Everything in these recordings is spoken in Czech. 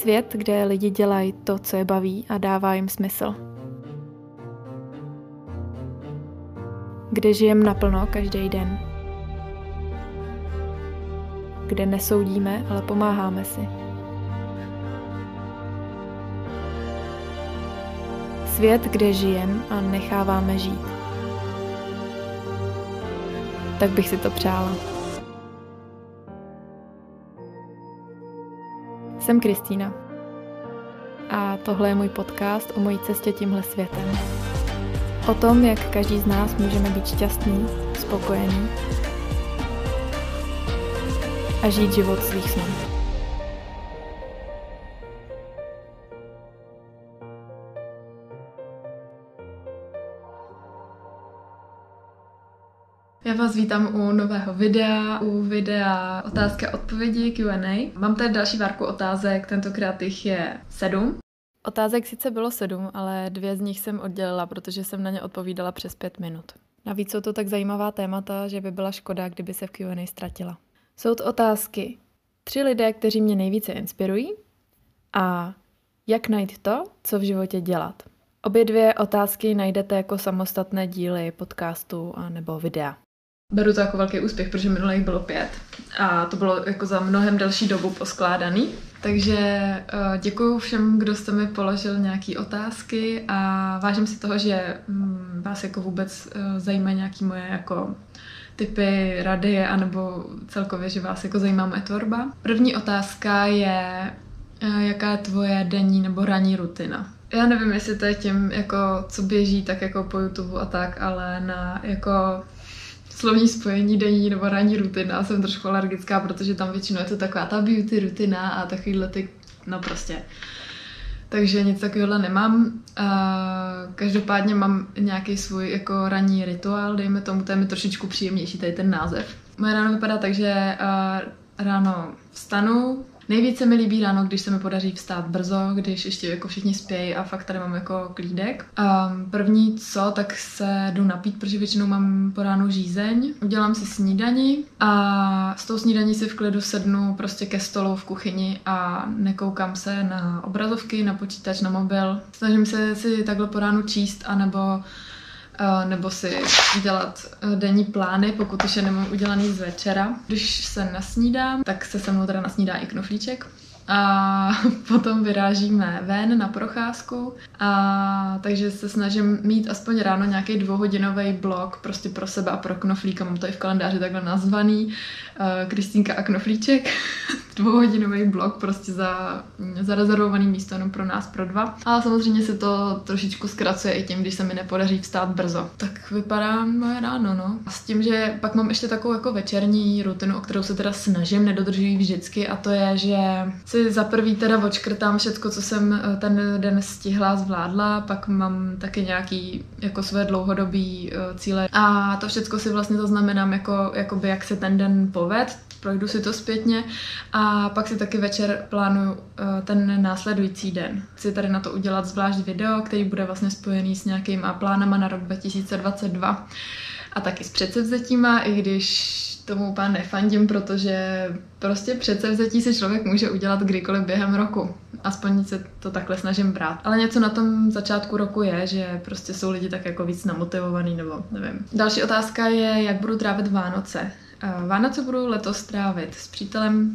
Svět, kde lidi dělají to, co je baví a dává jim smysl. Kde žijem naplno každý den. Kde nesoudíme, ale pomáháme si. Svět, kde žijem a necháváme žít. Tak bych si to přála. Jsem Kristýna a tohle je můj podcast o mojí cestě tímhle světem. O tom, jak každý z nás můžeme být šťastný, spokojený a žít život svých snů. Já vás vítám u nového videa, u videa otázky a odpovědi Q&A. Mám tady další várku otázek, tentokrát jich je 7. Otázek sice bylo 7, ale 2 z nich jsem oddělila, protože jsem na ně odpovídala přes 5 minut. Navíc jsou to tak zajímavá témata, že by byla škoda, kdyby se v Q&A ztratila. Jsou to otázky 3 lidé, kteří mě nejvíce inspirují a jak najít to, co v životě dělat. Obě 2 otázky najdete jako samostatné díly podcastu a nebo videa. Beru to jako velký úspěch, protože minule jich bylo 5 a to bylo jako za mnohem delší dobu poskládaný. Takže děkuju všem, kdo jste mi položil nějaké otázky a vážím si toho, že vás jako vůbec zajímají nějaké moje jako typy, rady, anebo celkově, že vás jako zajímá moje tvorba. První otázka je, jaká je tvoje denní nebo ranní rutina? Já nevím, jestli to je tím, jako, co běží tak jako po YouTube a tak, ale na jako slovní spojení denní nebo ranní rutina jsem trošku alergická, protože tam většinou je to taková ta beauty rutina a takovýhle ty, no prostě. Takže nic takového nemám. Každopádně mám nějaký svůj jako ranní rituál, dejme tomu, to je mi trošičku příjemnější tady ten název. Moje ráno vypadá tak, že ráno vstanu. Nejvíce mi líbí ráno, když se mi podaří vstát brzo, když ještě jako všichni spějí a fakt tady mám jako klídek. První co, tak se jdu napít, protože většinou mám po ránu žízeň. Udělám si snídani a s tou snídaní si v klidu sednu prostě ke stolu v kuchyni a nekoukám se na obrazovky, na počítač, na mobil. Snažím se si takhle po ránu číst nebo si dělat denní plány, pokud už je nemám udělaný z večera. Když se nasnídám, tak se mnou teda nasnídá i knoflíček. A potom vyrážíme ven na procházku a takže se snažím mít aspoň ráno nějaký 2hodinový blok prostě pro sebe a pro knoflíka. Mám to i v kalendáři takhle nazvaný Kristýnka a knoflíček. 2hodinový blok prostě zarezervovaný místo jenom pro nás, pro 2. A samozřejmě se to trošičku zkracuje i tím, když se mi nepodaří vstát brzo. Tak vypadá moje ráno, no. A s tím, že pak mám ještě takovou jako večerní rutinu, o kterou se teda snažím, nedodržuji vždycky, a to je, že si za prvý teda odškrtám všecko, co jsem ten den stihla, zvládla, pak mám taky nějaký jako své dlouhodobý cíle a to všecko si vlastně zaznamenám jakoby jak se ten den poved, projdu si to zpětně a pak si taky večer plánuju ten následující den. Chci tady na to udělat zvlášť video, který bude vlastně spojený s nějakýma plánama na rok 2022 a taky s předsevzetíma, i když tomu úplně nefandím, protože prostě předsevzetí si člověk může udělat kdykoliv během roku. Aspoň se to takhle snažím brát. Ale něco na tom začátku roku je, že prostě jsou lidi tak jako víc namotivovaný, nebo nevím. Další otázka je, jak budu trávit Vánoce. Vánoce budu letos trávit s přítelem,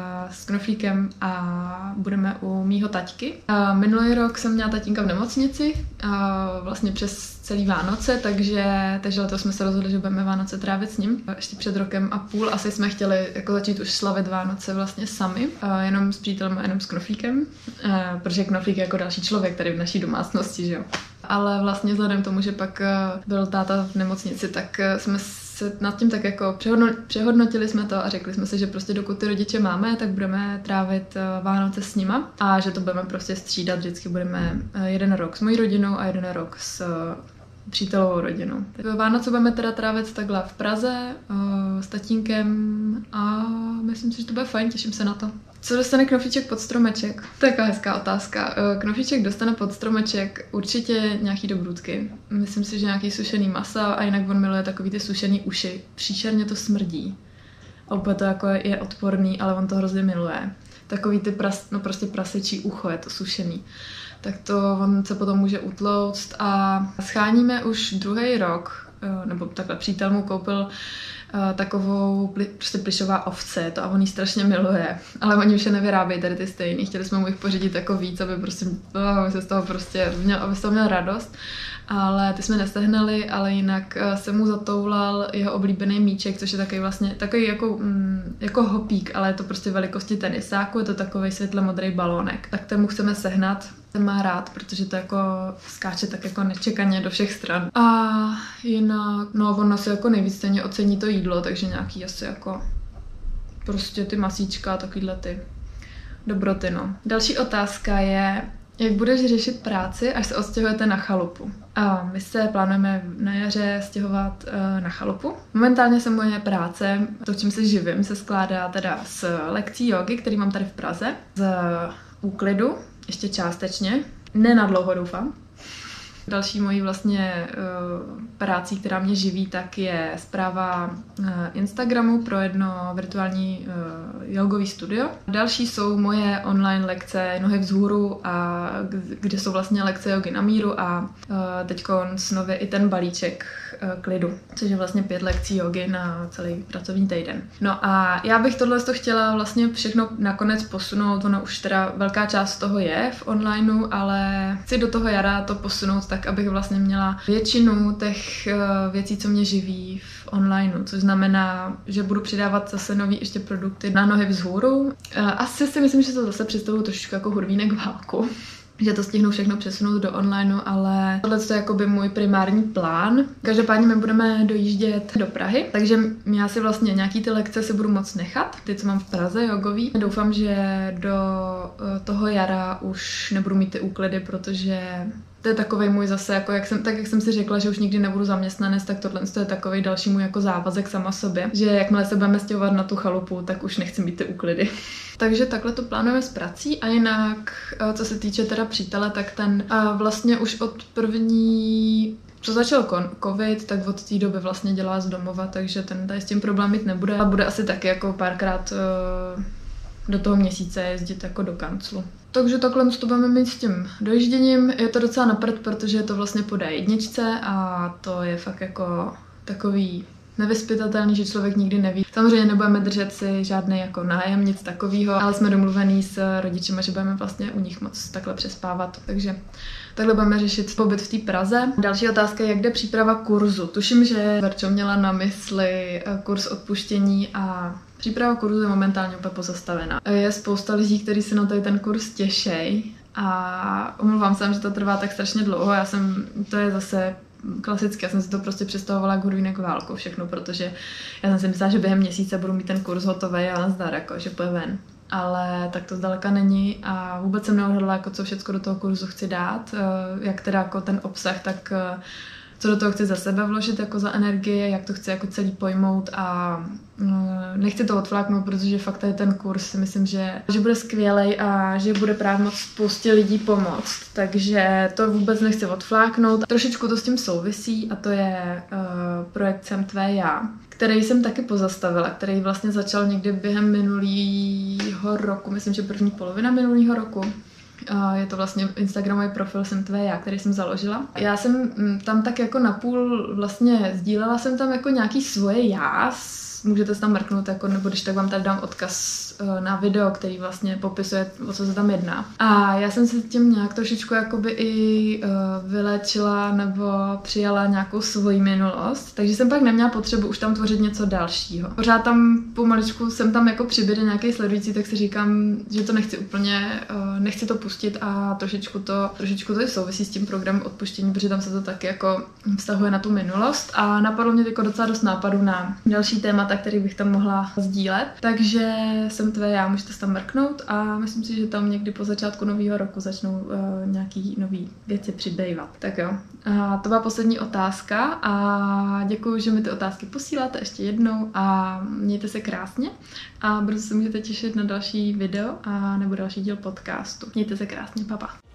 s knoflíkem a budeme u mýho taťky. Minulý rok jsem měla tatínka v nemocnici, vlastně přes celý Vánoce, takže letos jsme se rozhodli, že budeme Vánoce trávit s ním. Ještě před rokem a půl asi jsme chtěli jako začít už slavit Vánoce vlastně sami, jenom s přítelem a jenom s knoflíkem, protože knoflík je jako další člověk tady v naší domácnosti, že jo. Ale vlastně vzhledem k tomu, že pak byl táta v nemocnici, tak jsme se nad tím tak jako přehodnotili jsme to a řekli jsme si, že prostě dokud ty rodiče máme, tak budeme trávit Vánoce s nima a že to budeme prostě střídat, vždycky budeme jeden rok s mojí rodinou a jeden rok s přítelovou rodinou. Tak Vánoce budeme teda trávit takhle v Praze s tatínkem a myslím si, že to bude fajn, těším se na to. Co dostane knoflíček pod stromeček? To je taková hezká otázka. Knoflíček dostane pod stromeček určitě nějaký dobrůdky. Myslím si, že nějaký sušený masa a jinak on miluje takový ty sušený uši. Příšerně to smrdí. A úplně to jako je odporný, ale on to hrozně miluje. takový ty prostě prasečí ucho, je to sušený. Tak to on se potom může utlouct a scháníme už 2. rok, nebo takhle přítel mu koupil takovou prostě plyšová ovce, to a on jí strašně miluje, ale oni už je nevyrábějí tady ty stejný, chtěli jsme mu jich pořídit jako víc, aby prostě, aby se z toho prostě, aby z toho měl radost, ale ty jsme nestehnali, ale jinak se mu zatoulal jeho oblíbený míček, což je takový jako hopík, ale je to prostě velikosti tenisáku, je to takovej světle modrý balónek, tak ten mu chceme sehnat. Ten má rád, protože to jako skáče tak jako nečekaně do všech stran. A jinak, no on asi jako nejvíc stejně ocení to jídlo, takže nějaký asi jako prostě ty masíčka, takovýhle ty dobroty, no. Další otázka je, jak budeš řešit práci, až se odstěhujete na chalupu? A my se plánujeme na jaře stěhovat na chalupu. Momentálně se moje práce, to, čím se živím, se skládá teda z lekcí jógy, který mám tady v Praze, z úklidu, ještě částečně, ne na dlouho doufám. Další mojí vlastně prací, která mě živí, tak je správa Instagramu pro jedno virtuální jogový studio. Další jsou moje online lekce Nohy vzhůru, a kde jsou vlastně lekce jogy na míru a teďko nově i ten balíček klidu, což je vlastně 5 lekcí jogy na celý pracovní týden. No a já bych tohle chtěla vlastně všechno nakonec posunout, ono už teda velká část toho je v onlineu, ale chci do toho jara to posunout tak, abych vlastně měla většinu těch věcí, co mě živí v onlineu, což znamená, že budu přidávat zase nový ještě produkty na Nohy vzhůru. Asi si myslím, že to zase představuju trošičku jako Hurvínek válku, že to stihnu všechno přesunout do onlineu, ale tohle je jakoby můj primární plán. Každopádně my budeme dojíždět do Prahy, takže já si vlastně nějaký ty lekce si budu moct nechat, ty, co mám v Praze, jogový. Doufám, že do toho jara už nebudu mít ty úklidy, protože to je takovej můj zase, jako jak jsem si řekla, že už nikdy nebudu zaměstnanec, tak tohle je takovej další můj jako závazek sama sobě, že jakmile se budeme stěhovat na tu chalupu, tak už nechci mít ty úklidy. Takže takhle to plánujeme s prací a jinak, co se týče teda přítele, tak ten vlastně už od první, co začal covid, tak od té doby vlastně dělá z domova, takže ten tady s tím problém mít nebude a bude asi taky jako párkrát do toho měsíce jezdit jako do kanclu. Takže takhle to budeme mít s tím dojížděním. Je to docela na prd, protože je to vlastně po D1 a to je fakt jako takový nevyzpytatelný, že člověk nikdy neví. Samozřejmě nebudeme držet si žádný jako nájem, nic takového, ale jsme domluvení s rodičima, že budeme vlastně u nich moc takhle přespávat. Takže takhle budeme řešit pobyt v té Praze. Další otázka je, jak jde příprava kurzu. Tuším, že Verčo měla na mysli kurz odpuštění a příprava kurzu je momentálně úplně pozastavená. Je spousta lidí, kteří se na ten kurz těší a omlouvám se, že to trvá tak strašně dlouho. To je zase klasicky, já jsem si to prostě představovala jak Hurvínek válku všechno, protože já jsem si myslela, že během měsíce budu mít ten kurz hotový a nazdar, jako, že půjde ven. Ale tak to zdaleka není a vůbec jsem neodhadla, jako co všechno do toho kurzu chci dát, jak teda jako ten obsah, tak co do toho chci za sebe vložit jako za energie, jak to chci jako celý pojmout a nechci to odfláknout, protože fakt tady ten kurz si myslím, že bude skvělej a že bude právě moc spoustě lidí pomoct, takže to vůbec nechci odfláknout. Trošičku to s tím souvisí a to je projekt Jsem tvé já, který jsem taky pozastavila, který vlastně začal někdy během minulého roku, myslím, že první polovina minulého roku. Je to vlastně Instagramový profil Jsem tvé já, který jsem založila. Já jsem tam tak jako napůl vlastně sdílela jsem tam jako nějaký svoje já, můžete se tam mrknout, jako, nebo když tak vám tady dám odkaz na video, který vlastně popisuje, o co se tam jedná. A já jsem se tím nějak trošičku jakoby i vylečila nebo přijala nějakou svoji minulost, takže jsem pak neměla potřebu už tam tvořit něco dalšího. Pořád tam pomaličku jsem tam jako přibyde nějaký sledující, tak si říkám, že to nechci úplně, nechci to pustit a trošičku to i souvisí s tím programem odpuštění, protože tam se to taky jako vztahuje na tu minulost a napadlo mě jako docela dost nápadů na další témata, který bych tam mohla sdílet. Takže Jsem tvé já, můžete se tam mrknout a myslím si, že tam někdy po začátku nového roku začnou nějaký nový věci přibývat. Tak jo. A to byla poslední otázka a děkuji, že mi ty otázky posíláte ještě jednou a mějte se krásně a brzy se můžete těšit na další video a nebo další díl podcastu. Mějte se krásně, papa.